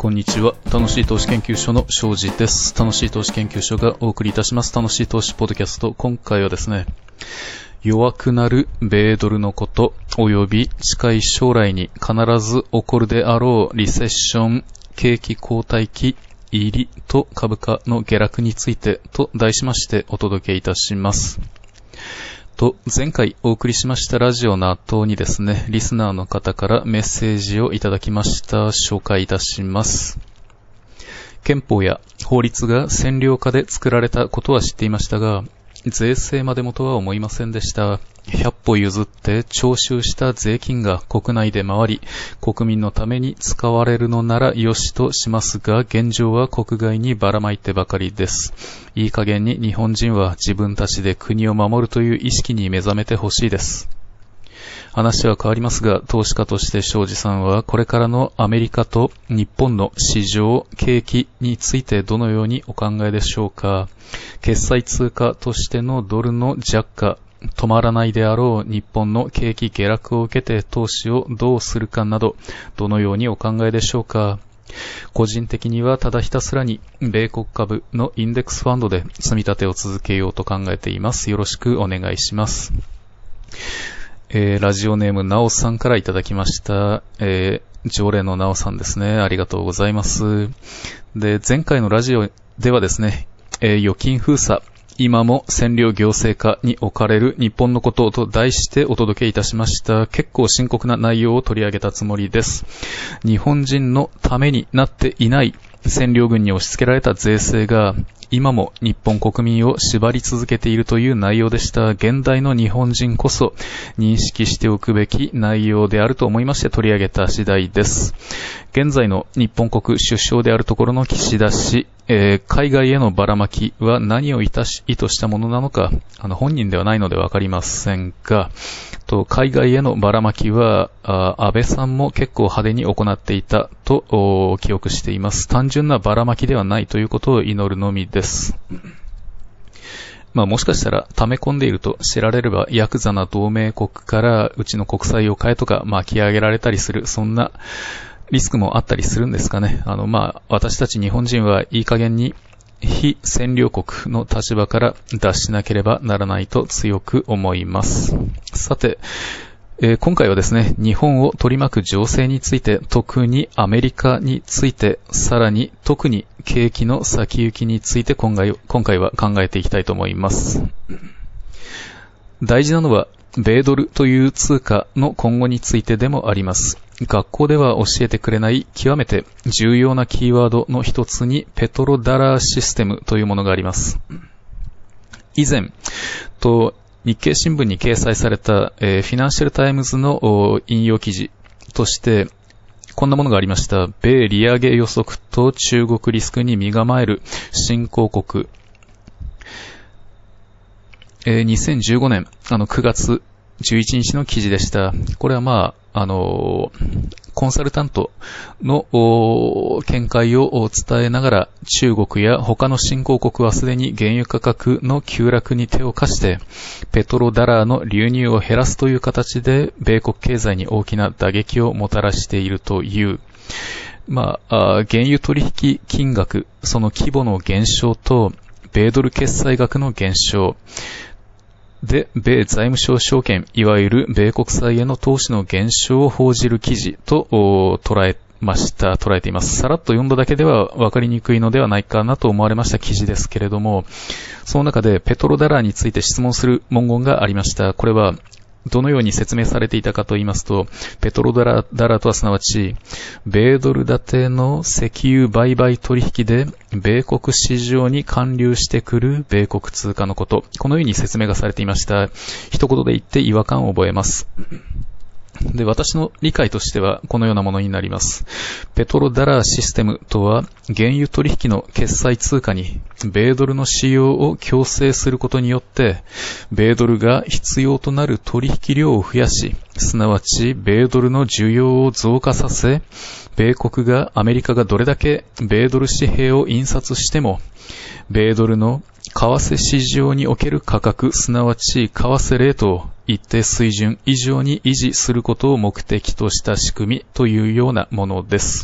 こんにちは。楽しい投資研究所の庄司です。楽しい投資研究所がお送りいたします楽しい投資ポッドキャスト。今回はですね、弱くなる米ドルのこと及び近い将来に必ず起こるであろうリセッション、景気後退期入りと株価の下落についてと題しましてお届けいたします。前回お送りしましたラジオの後にですね、リスナーの方からメッセージをいただきました。紹介いたします。憲法や法律が占領下で作られたことは知っていましたが、税制までもとは思いませんでした。100歩譲って徴収した税金が国内で回り、国民のために使われるのならよしとしますが、現状は国外にばらまいてばかりです。いい加減に日本人は自分たちで国を守るという意識に目覚めてほしいです。話は変わりますが、投資家として庄司さんはこれからのアメリカと日本の市場、景気についてどのようにお考えでしょうか。決済通貨としてのドルの弱化、止まらないであろう日本の景気下落を受けて投資をどうするかなど、どのようにお考えでしょうか。個人的にはただひたすらに米国株のインデックスファンドで積み立てを続けようと考えています。よろしくお願いします。ラジオネームなおさんからいただきました。常連のなおさんですね。ありがとうございます。で、前回のラジオではですね、預金封鎖、今も占領行政下に置かれる日本のことと題してお届けいたしました。結構深刻な内容を取り上げたつもりです。日本人のためになっていない占領軍に押し付けられた税制が今も日本国民を縛り続けているという内容でした。現代の日本人こそ認識しておくべき内容であると思いまして取り上げた次第です。現在の日本国首相であるところの岸田氏、海外へのばらまきは何を意図したものなのか、本人ではないのでわかりませんが、海外へのばらまきは安倍さんも結構派手に行っていたと記憶しています。単純なばらまきではないということを祈るのみです。もしかしたら溜め込んでいると知られればヤクザな同盟国からうちの国債を買えとか巻き上げられたりする、そんなリスクもあったりするんですかね。私たち日本人はいい加減に非占領国の立場から脱しなければならないと強く思います。さて、今回はですね、日本を取り巻く情勢について、特にアメリカについて、さらに特に景気の先行きについて今回は考えていきたいと思います。大事なのは、米ドルという通貨の今後についてでもあります。学校では教えてくれない極めて重要なキーワードの一つにペトロダラーシステムというものがあります。以前日経新聞に掲載された、フィナンシャルタイムズの引用記事としてこんなものがありました。米利上げ予測と中国リスクに身構える新興国。2015年9月11日の記事でした。これはコンサルタントの見解を伝えながら、中国や他の新興国はすでに原油価格の急落に手を貸して、ペトロダラーの流入を減らすという形で、米国経済に大きな打撃をもたらしているという、原油取引金額、その規模の減少と、米ドル決済額の減少、で、米財務省証券、いわゆる米国債への投資の減少を報じる記事と捉えています。さらっと読んだだけでは分かりにくいのではないかなと思われました記事ですけれども、その中でペトロダラーについて質問する文言がありました。これはどのように説明されていたかと言いますと、ペトロダラーとはすなわち、米ドル建ての石油売買取引で、米国市場に還流してくる米国通貨のこと。このように説明がされていました。一言で言って違和感を覚えます。で、私の理解としてはこのようなものになります。ペトロダラーシステムとは、原油取引の決済通貨に米ドルの使用を強制することによって、米ドルが必要となる取引量を増やし、すなわち米ドルの需要を増加させ、アメリカがどれだけ米ドル紙幣を印刷しても、米ドルの為替市場における価格、すなわち為替レートを一定水準以上に維持することを目的とした仕組みというようなものです。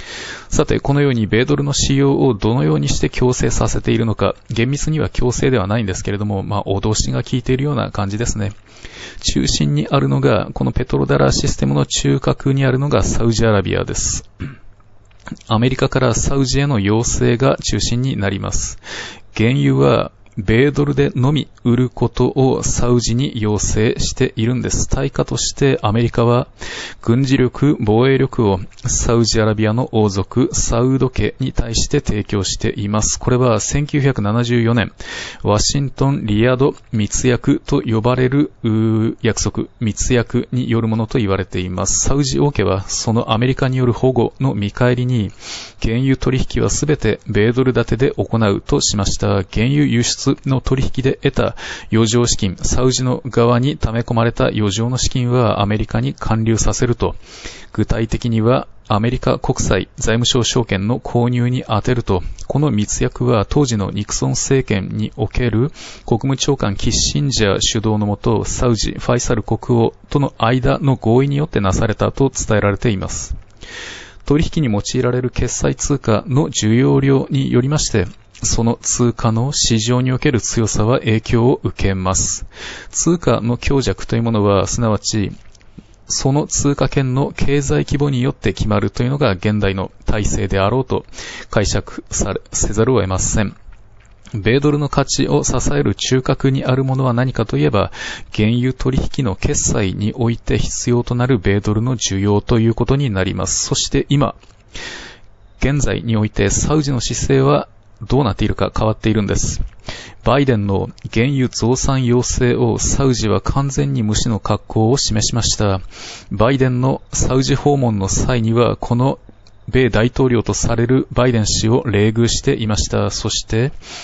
さて、このように米ドルの使用をどのようにして強制させているのか、厳密には強制ではないんですけれども、脅しが効いているような感じですね。中心にあるのが、このペトロダラーシステムの中核にあるのがサウジアラビアです。アメリカからサウジへの要請が中心になります。原油は米ドルでのみ売ることをサウジに要請しているんです。対価としてアメリカは軍事力、防衛力をサウジアラビアの王族、サウド家に対して提供しています。これは1974年、ワシントン・リヤド密約と呼ばれる約束、密約によるものと言われています。サウジ王家はそのアメリカによる保護の見返りに、原油取引はすべて米ドル建てで行うとしました。原油輸出の取引で得た余剰資金、サウジの側に溜め込まれた余剰の資金はアメリカに還流させると、具体的にはアメリカ国債財務省証券の購入に充てると、この密約は当時のニクソン政権における国務長官キッシンジャー主導のもと、サウジ・ファイサル国王との間の合意によってなされたと伝えられています。取引に用いられる決済通貨の需要量によりまして、その通貨の市場における強さは影響を受けます。通貨の強弱というものは、すなわち、その通貨圏の経済規模によって決まるというのが現代の体制であろうと解釈せざるを得ません。米ドルの価値を支える中核にあるものは何かといえば、原油取引の決済において必要となる米ドルの需要ということになります。そして今、現在においてサウジの姿勢はどうなっているか変わっているんです。バイデンの原油増産要請をサウジは完全に無視の格好を示しました。バイデンのサウジ訪問の際には、この米大統領とされるバイデン氏を冷遇していました。そして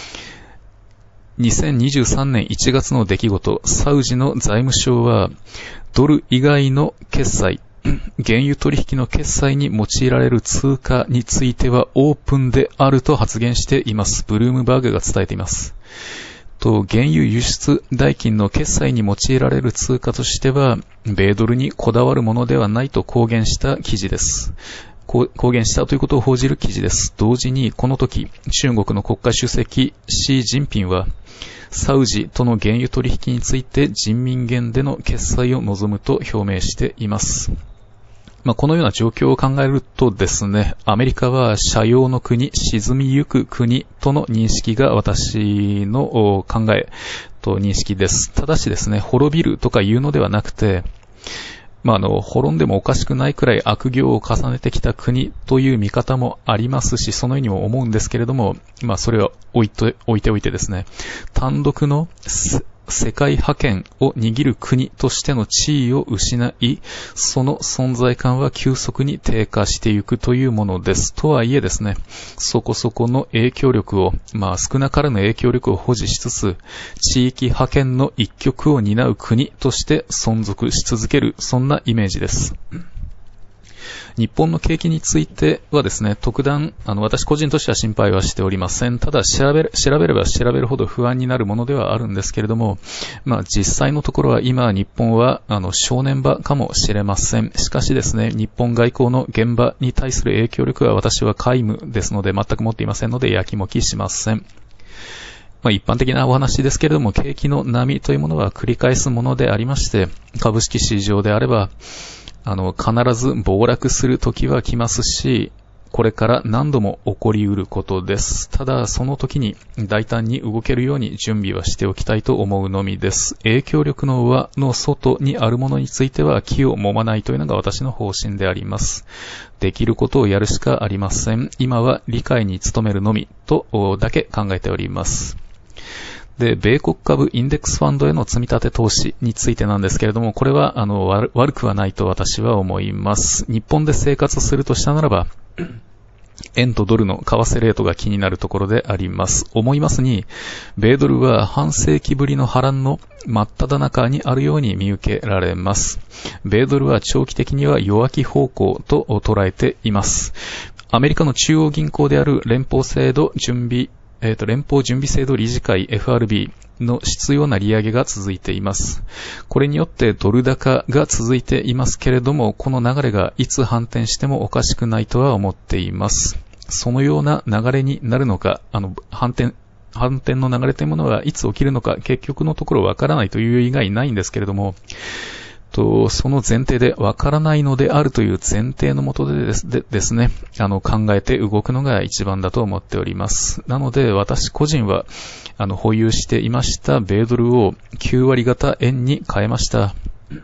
、2023年1月の出来事、サウジの財務省は、ドル以外の決済、原油取引の決済に用いられる通貨についてはオープンであると発言しています。ブルームバーグが伝えています。原油輸出代金の決済に用いられる通貨としては、米ドルにこだわるものではないと公言した記事です。公言したということを報じる記事です。同時にこの時、中国の国家主席シー・ジンピンは、サウジとの原油取引について人民元での決済を望むと表明しています。このような状況を考えるとですね、アメリカは斜陽の国、沈みゆく国との認識が私の考えと認識です。ただしですね、滅びるとかいうのではなくて、滅んでもおかしくないくらい悪行を重ねてきた国という見方もありますし、そのようにも思うんですけれども、それは置いておいてですね、単独の世界覇権を握る国としての地位を失い、その存在感は急速に低下していくというものです。とはいえですね、そこそこの影響力を、少なからぬ影響力を保持しつつ、地域覇権の一極を担う国として存続し続ける、そんなイメージです。日本の景気についてはですね、特段、私個人としては心配はしておりません。ただ、調べれば調べるほど不安になるものではあるんですけれども、実際のところは今、日本は、正念場かもしれません。しかしですね、日本外交の現場に対する影響力は私は皆無ですので、全く持っていませんので、やきもきしません。一般的なお話ですけれども、景気の波というものは繰り返すものでありまして、株式市場であれば、必ず暴落する時は来ますし、これから何度も起こり得ることです。ただ、その時に大胆に動けるように準備はしておきたいと思うのみです。影響力の輪の外にあるものについては気を揉まないというのが私の方針であります。できることをやるしかありません。今は理解に努めるのみとだけ考えております。で、米国株インデックスファンドへの積み立て投資についてなんですけれども、これは悪くはないと私は思います。日本で生活するとしたならば、円とドルの為替レートが気になるところであります。思いますに、米ドルは半世紀ぶりの波乱の真っ只中にあるように見受けられます。米ドルは長期的には弱気方向と捉えています。アメリカの中央銀行である連邦制度準備連邦準備制度理事会 FRB の必要な利上げが続いています。これによってドル高が続いていますけれども、この流れがいつ反転してもおかしくないとは思っています。そのような流れになるのか、反転の流れというものはいつ起きるのか、結局のところわからないという以外ないんですけれども、その前提でわからないのであるという前提のもとでですね、考えて動くのが一番だと思っております。なので私個人は、保有していました米ドルを9割型円に変えました。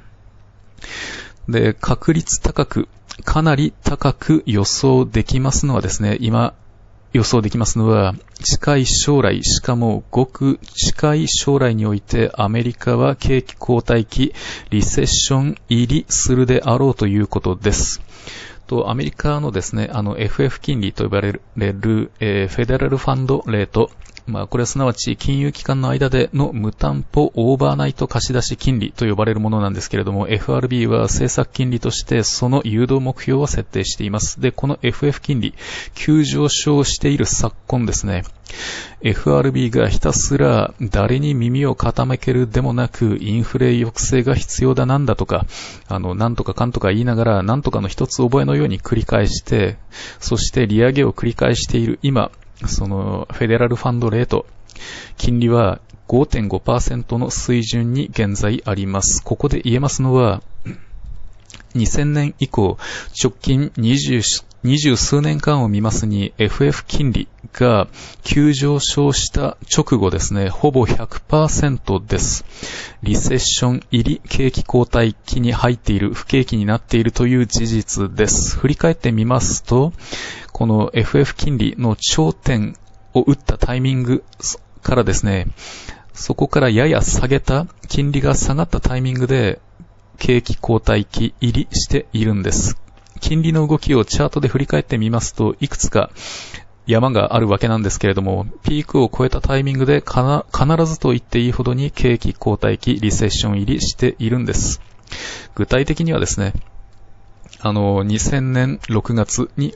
で、確率高く、かなり高く予想できますのはですね、今予想できますのは、近い将来、しかもごく近い将来においてアメリカは景気後退期、リセッション入りするであろうということです。アメリカのですね、FF 金利と呼ばれる、フェデラルファンドレート、これはすなわち金融機関の間での無担保オーバーナイト貸し出し金利と呼ばれるものなんですけれども、FRB は政策金利としてその誘導目標を設定しています。で、この FF 金利、急上昇している昨今ですね、FRB がひたすら誰に耳を傾けるでもなく、インフレ抑制が必要だなんだとか、なんとかかんとか言いながら、なんとかの一つ覚えのように繰り返して、そして利上げを繰り返している今、そのフェデラルファンドレート、金利は 5.5% の水準に現在あります。ここで言えますのは、2000年以降、直近20数年間を見ますに FF 金利が急上昇した直後ですね、ほぼ 100% です。リセッション入り景気後退期に入っている、不景気になっているという事実です。振り返ってみますと、この FF 金利の頂点を打ったタイミングからですね、そこからやや下げた、金利が下がったタイミングで景気後退期入りしているんです。金利の動きをチャートで振り返ってみますと、いくつか山があるわけなんですけれども、ピークを超えたタイミングで必ずと言っていいほどに景気後退期リセッション入りしているんです。具体的にはですね、2000年6月に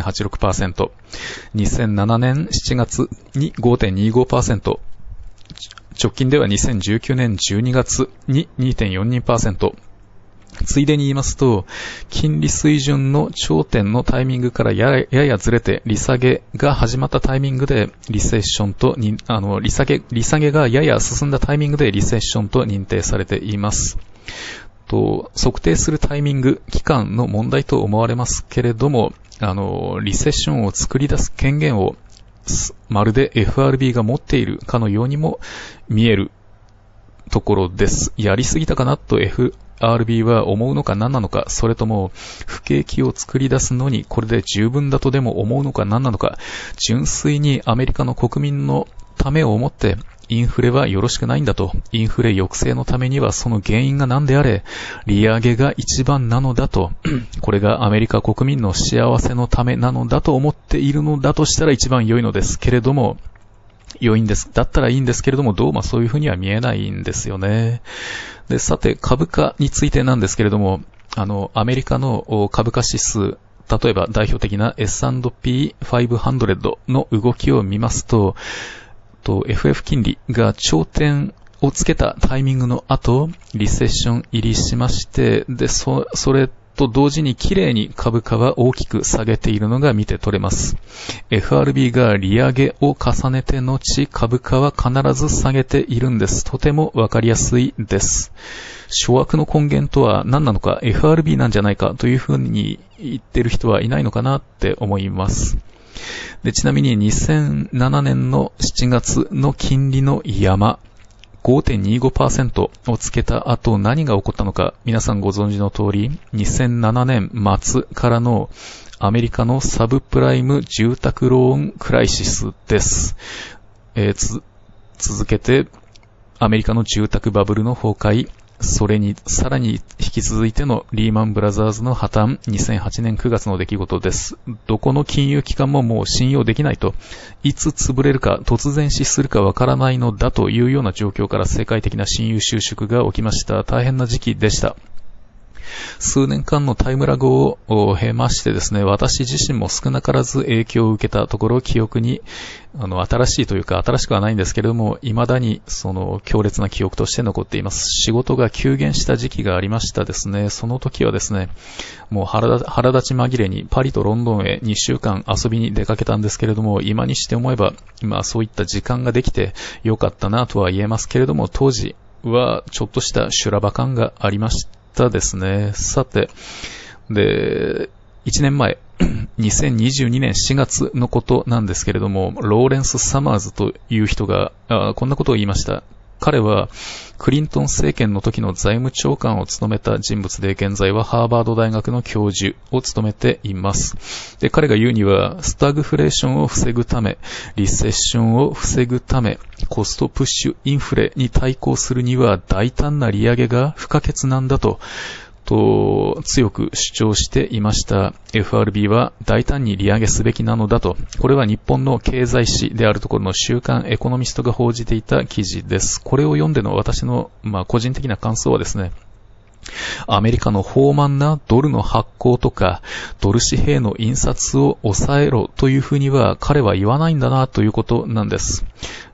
6.86%、2007年7月に 5.25%、直近では2019年12月に 2.42%、ついでに言いますと、金利水準の頂点のタイミングからややずれて、利下げが始まったタイミングで、リセッションと、利下げがやや進んだタイミングでリセッションと認定されています。測定するタイミング、期間の問題と思われますけれども、リセッションを作り出す権限を、まるで FRB が持っているかのようにも見えるところです。やりすぎたかなと FRB は思うのか何なのか、それとも不景気を作り出すのにこれで十分だとでも思うのか何なのか、純粋にアメリカの国民のためを思ってインフレはよろしくないんだと、インフレ抑制のためにはその原因が何であれ、利上げが一番なのだと、これがアメリカ国民の幸せのためなのだと思っているのだとしたら一番良いのですけれども、だったらいいんですけれども、どうもそういうふうには見えないんですよね。で、さて、株価についてなんですけれども、アメリカの株価指数、例えば代表的な S&P500 の動きを見ますと、FF 金利が頂点をつけたタイミングの後、リセッション入りしまして、で、それと同時に綺麗に株価は大きく下げているのが見て取れます。FRB が利上げを重ねて後、株価は必ず下げているんです。とてもわかりやすいです。諸悪の根源とは何なのか、FRB なんじゃないかというふうに言ってる人はいないのかなって思います。で、ちなみに2007年の7月の金利の山、5.25% をつけた後何が起こったのか、皆さんご存知の通り、2007年末からのアメリカのサブプライム住宅ローンクライシスです。続けて、アメリカの住宅バブルの崩壊、それにさらに引き続いてのリーマンブラザーズの破綻、2008年9月の出来事です。どこの金融機関ももう信用できないと、いつ潰れるか突然死するかわからないのだというような状況から世界的な信用収縮が起きました。大変な時期でした。 数年間のタイムラグを経ましてですね、私自身も少なからず影響を受けたところ、記憶に、新しいというか、新しくはないんですけれども、未だに、強烈な記憶として残っています。仕事が急減した時期がありましたですね。その時はですね、もう腹立ち紛れにパリとロンドンへ2週間遊びに出かけたんですけれども、今にして思えば、そういった時間ができてよかったなとは言えますけれども、当時はちょっとした修羅場感がありましたですね。さて、で、1年前、2022年4月のことなんですけれども、ローレンス・サマーズという人がこんなことを言いました。彼はクリントン政権の時の財務長官を務めた人物で、現在はハーバード大学の教授を務めています。で、彼が言うには、スタグフレーションを防ぐため、リセッションを防ぐため、コストプッシュインフレに対抗するには大胆な利上げが不可欠なんだと強く主張していました。 FRB は大胆に利上げすべきなのだと。これは日本の経済誌であるところの週刊エコノミストが報じていた記事です。これを読んでの私の、個人的な感想はですね、アメリカの放漫なドルの発行とかドル紙幣の印刷を抑えろというふうには彼は言わないんだなということなんです。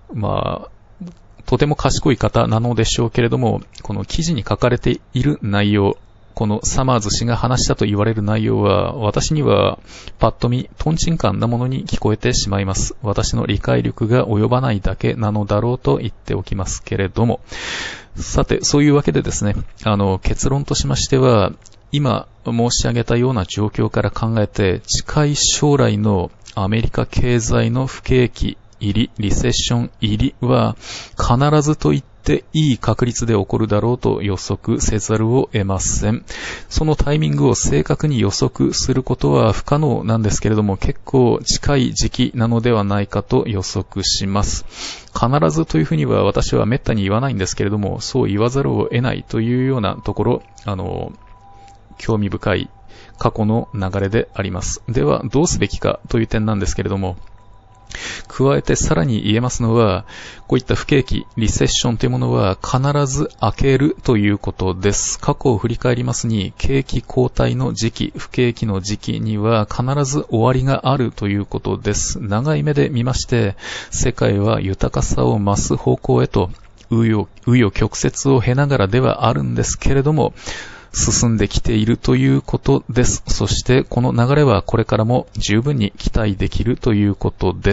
とても賢い方なのでしょうけれども、この記事に書かれている内容、このサマーズ氏が話したと言われる内容は、私にはパッと見トンチンカンなものに聞こえてしまいます。私の理解力が及ばないだけなのだろうと言っておきますけれども、さて、そういうわけでですね、結論としましては、今申し上げたような状況から考えて、近い将来のアメリカ経済の不景気入り、リセッション入りは必ずと言っていい確率で起こるだろうと予測せざるを得ません。そのタイミングを正確に予測することは不可能なんですけれども、結構近い時期なのではないかと予測します。必ずというふうには私は滅多に言わないんですけれども、そう言わざるを得ないというようなところ、興味深い過去の流れであります。ではどうすべきかという点なんですけれども、加えてさらに言えますのは、こういった不景気、リセッションというものは必ず明けるということです。過去を振り返りますに、景気後退の時期、不景気の時期には必ず終わりがあるということです。長い目で見まして、世界は豊かさを増す方向へと、紆余曲折を経ながらではあるんですけれども、進んできているということです。そしてこの流れはこれからも十分に期待できるということです。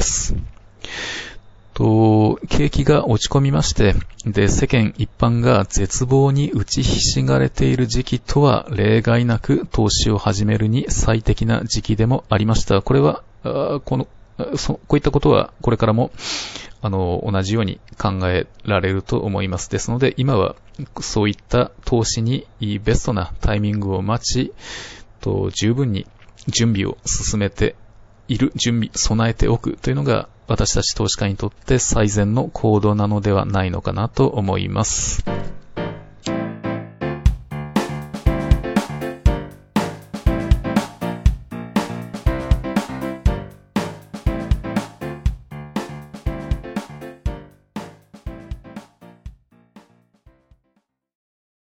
景気が落ち込みまして、で、世間一般が絶望に打ちひしがれている時期とは例外なく投資を始めるに最適な時期でもありました。これは、こういったことはこれからも同じように考えられると思います。ですので、今はそういった投資にベストなタイミングを待ち、十分に準備を進めている、備えておくというのが私たち投資家にとって最善の行動なのではないのかなと思います。